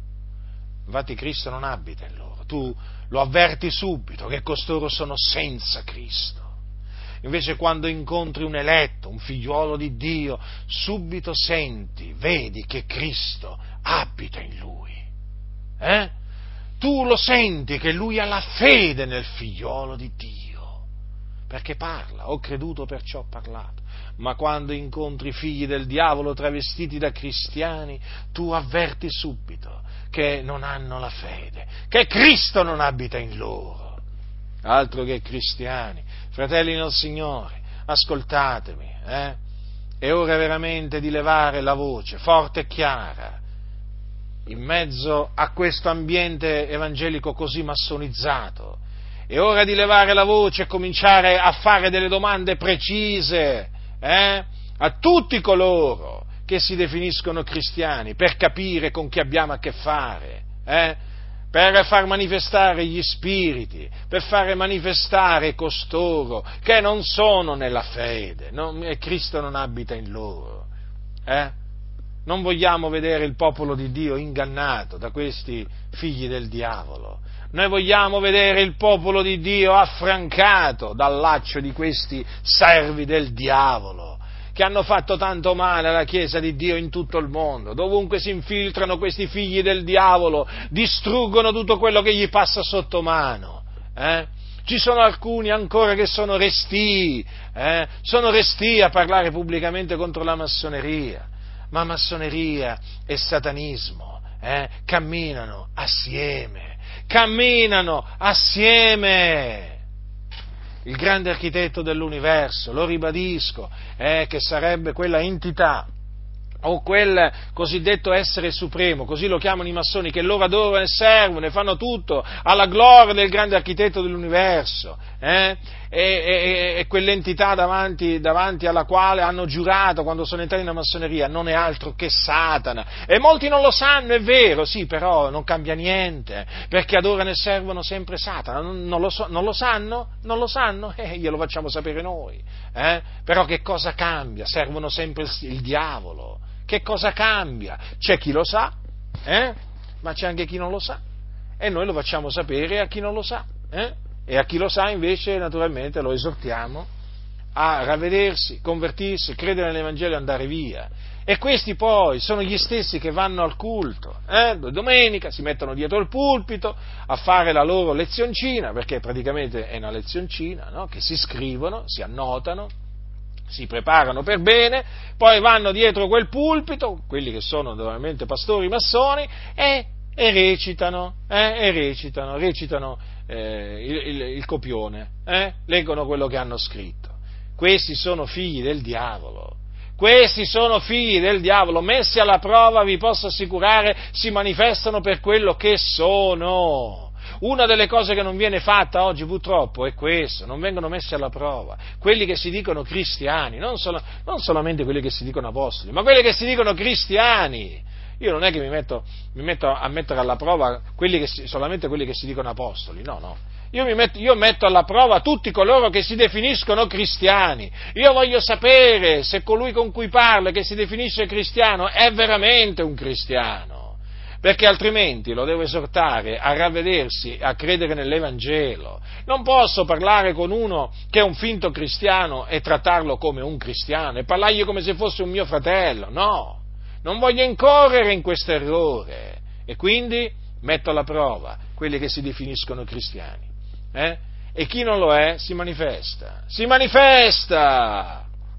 [SPEAKER 1] Infatti Cristo non abita in loro, tu lo avverti subito che costoro sono senza Cristo. Invece quando incontri un eletto, un figliuolo di Dio, subito senti, vedi che Cristo abita in lui. Eh? Tu lo senti che lui ha la fede nel figliuolo di Dio, perché parla, ho creduto perciò ho parlato. Ma quando incontri figli del diavolo travestiti da cristiani, tu avverti subito che non hanno la fede, che Cristo non abita in loro. Altro che cristiani. Fratelli nel Signore, ascoltatemi, eh? È ora veramente di levare la voce forte e chiara in mezzo a questo ambiente evangelico così massonizzato. È ora di levare la voce e cominciare a fare delle domande precise eh, a tutti coloro che si definiscono cristiani, per capire con chi abbiamo a che fare, eh, per far manifestare gli spiriti, per fare manifestare costoro che non sono nella fede, non, e Cristo non abita in loro. Eh? Non vogliamo vedere il popolo di Dio ingannato da questi figli del diavolo. Noi vogliamo vedere il popolo di Dio affrancato dal laccio di questi servi del diavolo, che hanno fatto tanto male alla Chiesa di Dio in tutto il mondo. Dovunque si infiltrano questi figli del diavolo, distruggono tutto quello che gli passa sotto mano. Eh? Ci sono alcuni ancora che sono restii, eh? sono restii a parlare pubblicamente contro la massoneria. Ma massoneria e satanismo eh, camminano assieme, camminano assieme. Il grande architetto dell'universo, lo ribadisco, eh, che sarebbe quella entità, o quel cosiddetto essere supremo, così lo chiamano i massoni, che loro adorano e servono e fanno tutto alla gloria del grande architetto dell'universo, eh? e, e, e quell'entità davanti, davanti alla quale hanno giurato quando sono entrati nella massoneria non è altro che Satana, e molti non lo sanno, è vero, sì, però non cambia niente, perché adorano e servono sempre Satana, non, non, lo, so, non lo sanno? Non lo sanno? Eh, glielo facciamo sapere noi, eh? Però che cosa cambia? Servono sempre il, il diavolo. Che cosa cambia? C'è chi lo sa, eh? Ma c'è anche chi non lo sa, e noi lo facciamo sapere a chi non lo sa, eh? E a chi lo sa invece naturalmente lo esortiamo a ravvedersi, convertirsi, credere nell'Evangelo e andare via. E questi poi sono gli stessi che vanno al culto, eh? Domenica si mettono dietro il pulpito a fare la loro lezioncina, perché praticamente è una lezioncina, no? Che si scrivono, si annotano, si preparano per bene, poi vanno dietro quel pulpito, quelli che sono naturalmente pastori massoni, e, e recitano, eh, e recitano, recitano eh, il, il, il copione, eh, leggono quello che hanno scritto. Questi sono figli del diavolo, questi sono figli del diavolo, messi alla prova, vi posso assicurare, si manifestano per quello che sono. Una delle cose che non viene fatta oggi purtroppo è questo, non vengono messi alla prova quelli che si dicono cristiani, non, solo, non solamente quelli che si dicono apostoli, ma quelli che si dicono cristiani. Io non è che mi metto, mi metto a mettere alla prova quelli che si, solamente quelli che si dicono apostoli, no, no. Io, mi metto, io metto alla prova tutti coloro che si definiscono cristiani. Io voglio sapere se colui con cui parlo, che si definisce cristiano, è veramente un cristiano. Perché altrimenti lo devo esortare a ravvedersi, a credere nell'Evangelo. Non posso parlare con uno che è un finto cristiano e trattarlo come un cristiano e parlargli come se fosse un mio fratello, no, non voglio incorrere in questo errore, e quindi metto alla prova quelli che si definiscono cristiani, eh? E chi non lo è si manifesta, si manifesta!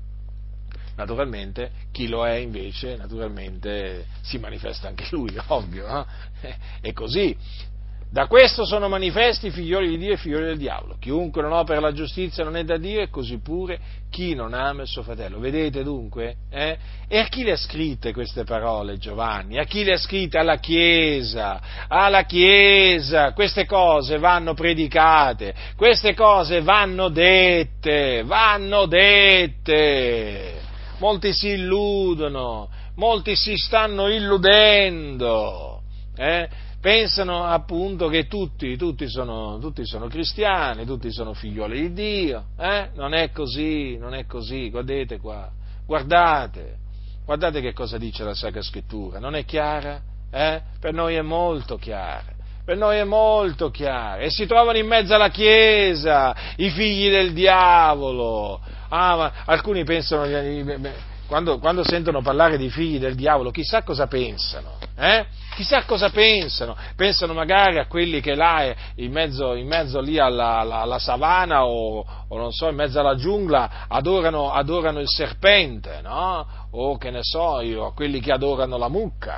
[SPEAKER 1] Naturalmente, chi lo è invece, naturalmente, si manifesta anche lui, ovvio, no? È così. Da questo sono manifesti i figlioli di Dio e i figlioli del diavolo. Chiunque non opera la giustizia non è da Dio, e così pure chi non ama il suo fratello. Vedete dunque? Eh? E a chi le ha scritte queste parole Giovanni? A chi le ha scritte? Alla Chiesa, alla Chiesa. Queste cose vanno predicate, queste cose vanno dette, vanno dette. Molti si illudono, molti si stanno illudendo, eh? Pensano appunto che tutti, tutti, sono, tutti sono cristiani, tutti sono figlioli di Dio, eh? Non è così, non è così, guardate qua, guardate, guardate che cosa dice la Sacra Scrittura, non è chiara? Eh? Per noi è molto chiara. Per noi è molto chiaro, e si trovano in mezzo alla Chiesa i figli del diavolo. Ah, ma alcuni pensano, quando, quando sentono parlare di figli del diavolo, chissà cosa pensano, eh? Chissà cosa pensano, pensano magari a quelli che là in mezzo, in mezzo lì alla, alla, alla savana o, o non so, in mezzo alla giungla adorano, adorano il serpente, no? O che ne so io, a quelli che adorano la mucca.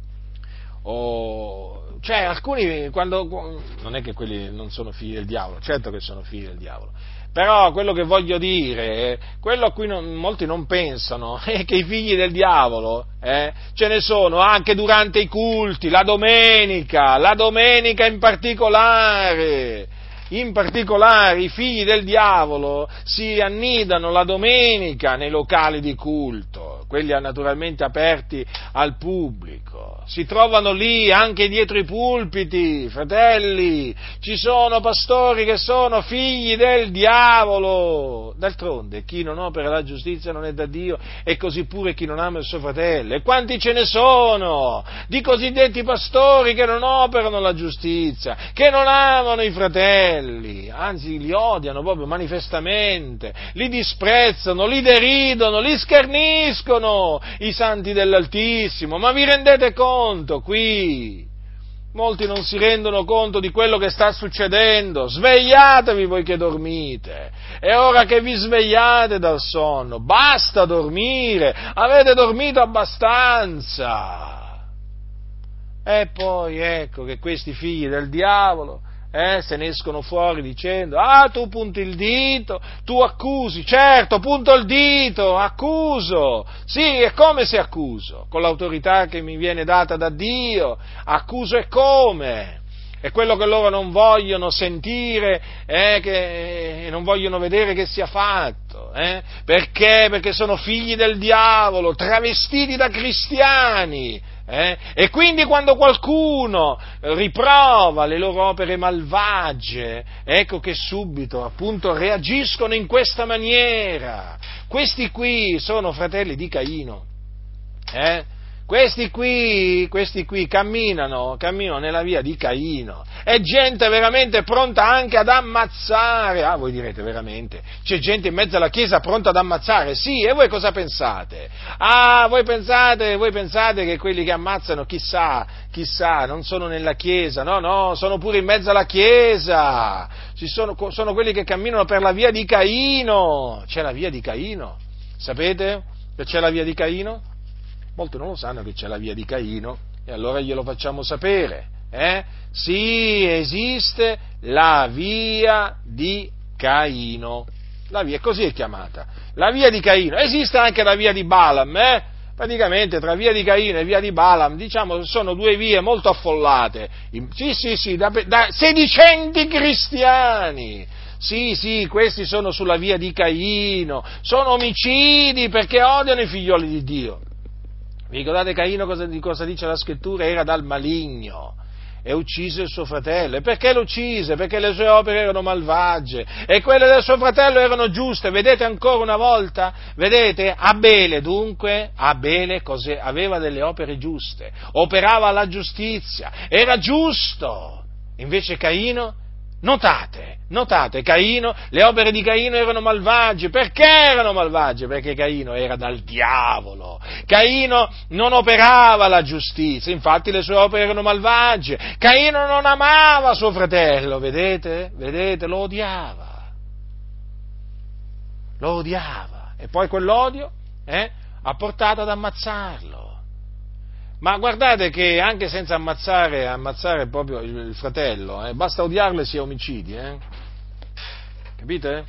[SPEAKER 1] O, cioè alcuni quando, non è che quelli non sono figli del diavolo, certo che sono figli del diavolo, però quello che voglio dire, quello a cui non, molti non pensano, è che i figli del diavolo eh, ce ne sono anche durante i culti, la domenica, la domenica in particolare. In particolare i figli del diavolo si annidano la domenica nei locali di culto, quelli naturalmente aperti al pubblico, si trovano lì anche dietro i pulpiti, fratelli, ci sono pastori che sono figli del diavolo. D'altronde chi non opera la giustizia non è da Dio, e così pure chi non ama il suo fratello. E quanti ce ne sono di cosiddetti pastori che non operano la giustizia, che non amano i fratelli, anzi li odiano proprio manifestamente, li disprezzano, li deridono, li scherniscono i santi dell'Altissimo. Ma vi rendete conto qui? Molti non si rendono conto di quello che sta succedendo. Svegliatevi voi che dormite, è ora che vi svegliate dal sonno, basta dormire, avete dormito abbastanza. E poi ecco che questi figli del diavolo eh, se ne escono fuori dicendo, ah, tu punti il dito, tu accusi, certo, punto il dito, accuso, sì, e come se accuso? Con l'autorità che mi viene data da Dio, accuso e come? È quello che loro non vogliono sentire, eh, che non vogliono vedere che sia fatto, eh? Perché? Perché sono figli del diavolo, travestiti da cristiani, eh? E quindi quando qualcuno riprova le loro opere malvagie, ecco che subito appunto reagiscono in questa maniera. Questi qui sono fratelli di Caino, eh? Questi qui, questi qui camminano, camminano nella via di Caino, è gente veramente pronta anche ad ammazzare. Ah, voi direte veramente, c'è gente in mezzo alla Chiesa pronta ad ammazzare? Sì, e voi cosa pensate? Ah, voi pensate, voi pensate che quelli che ammazzano, chissà, chissà, non sono nella Chiesa, no, no, sono pure in mezzo alla Chiesa, ci sono, sono quelli che camminano per la via di Caino, c'è la via di Caino, sapete che c'è la via di Caino? Molti non lo sanno che c'è la via di Caino, e allora glielo facciamo sapere. Eh? Sì, esiste la via di Caino. La via, così è chiamata. La via di Caino. Esiste anche la via di Balaam, eh? Praticamente tra via di Caino e via di Balaam, diciamo, sono due vie molto affollate. Sì, sì, sì, da, da sedicenti cristiani. Sì, sì, questi sono sulla via di Caino. Sono omicidi perché odiano i figlioli di Dio. Vi ricordate Caino cosa, di cosa dice la scrittura? Era dal maligno e uccise il suo fratello. E perché lo uccise? Perché le sue opere erano malvagie e quelle del suo fratello erano giuste. Vedete ancora una volta? Vedete? Abele dunque, Abele cos'è? Aveva delle opere giuste, operava la giustizia, era giusto. Invece Caino, notate, notate, Caino, le opere di Caino erano malvagie. Perché erano malvagie? Perché Caino era dal diavolo. Caino non operava la giustizia, infatti le sue opere erano malvagie. Caino non amava suo fratello, vedete? Vedete? Lo odiava. Lo odiava. E poi quell'odio eh, ha portato ad ammazzarlo. Ma guardate che anche senza ammazzare, ammazzare proprio il fratello, eh, basta odiarlo e si è omicidi, eh? Capite?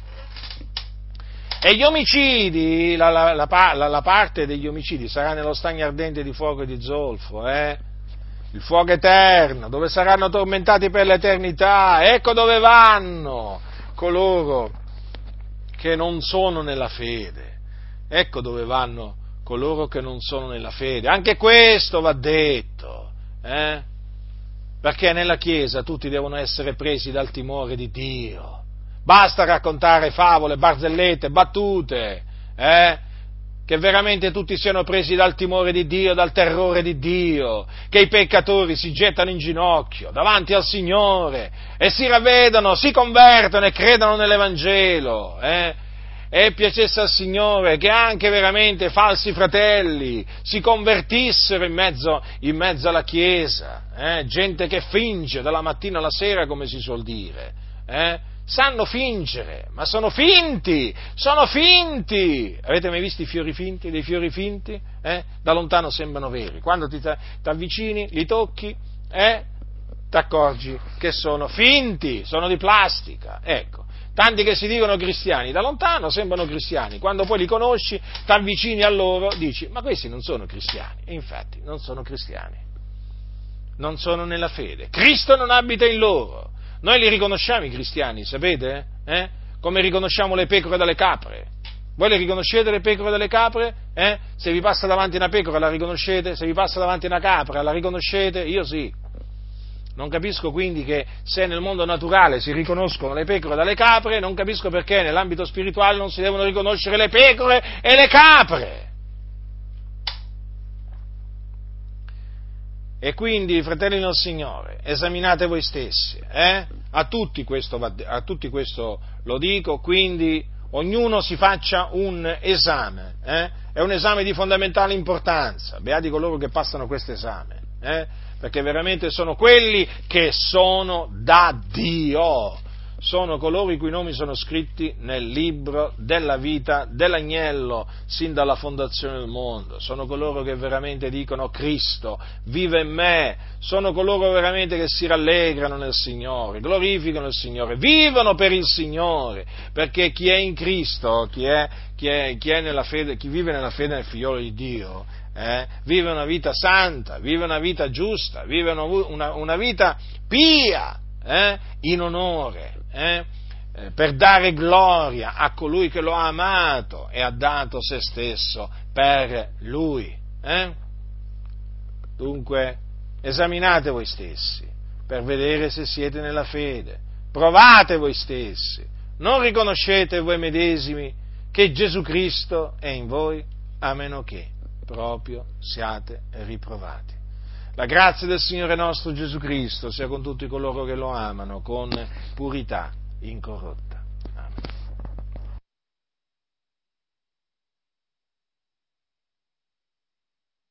[SPEAKER 1] E gli omicidi, la, la, la, la parte degli omicidi sarà nello stagno ardente di fuoco e di zolfo, eh? Il fuoco eterno, dove saranno tormentati per l'eternità. Ecco dove vanno coloro che non sono nella fede. Ecco dove vanno coloro che non sono nella fede. Anche questo va detto, eh? Perché nella Chiesa tutti devono essere presi dal timore di Dio. Basta raccontare favole, barzellette, battute, eh? Che veramente tutti siano presi dal timore di Dio, dal terrore di Dio, che i peccatori si gettano in ginocchio davanti al Signore e si ravvedano, si convertono e credano nell'Evangelo, eh? E piacesse al Signore che anche veramente falsi fratelli si convertissero in mezzo, in mezzo alla Chiesa, eh? Gente che finge dalla mattina alla sera, come si suol dire, eh? Sanno fingere, ma sono finti, sono finti. Avete mai visto i fiori finti, dei fiori finti? Eh? Da lontano sembrano veri, quando ti avvicini, li tocchi, eh? ti accorgi che sono finti, sono di plastica, ecco. Tanti che si dicono cristiani, da lontano sembrano cristiani, quando poi li conosci, ti avvicini a loro, dici, ma questi non sono cristiani, e infatti non sono cristiani, non sono nella fede, Cristo non abita in loro. Noi li riconosciamo i cristiani, sapete? Eh? Come riconosciamo le pecore dalle capre. Voi le riconoscete le pecore dalle capre? Eh? Se vi passa davanti una pecora la riconoscete? Se vi passa davanti una capra la riconoscete? Io sì. Non capisco quindi che se nel mondo naturale si riconoscono le pecore dalle capre, non capisco perché nell'ambito spirituale non si devono riconoscere le pecore e le capre. E quindi, fratelli del Signore, esaminate voi stessi, eh? A tutti questo, a tutti questo lo dico, quindi ognuno si faccia un esame, eh? È un esame di fondamentale importanza, beati coloro che passano questo esame, eh? Perché veramente sono quelli che sono da Dio, sono coloro i cui nomi sono scritti nel libro della vita dell'Agnello sin dalla fondazione del mondo, sono coloro che veramente dicono Cristo vive in me, sono coloro veramente che si rallegrano nel Signore, glorificano il Signore, vivono per il Signore, perché chi è in Cristo, chi è, chi è, chi è nella fede, chi vive nella fede nel Figliolo di Dio, eh, vive una vita santa, vive una vita giusta, vive una, una, una vita pia, eh, in onore, eh, eh, per dare gloria a colui che lo ha amato e ha dato se stesso per lui. Eh? Dunque, esaminate voi stessi per vedere se siete nella fede, provate voi stessi, non riconoscete voi medesimi che Gesù Cristo è in voi, a meno che proprio siate riprovati. La grazia del Signore nostro Gesù Cristo sia con tutti coloro che lo amano con purità incorrotta.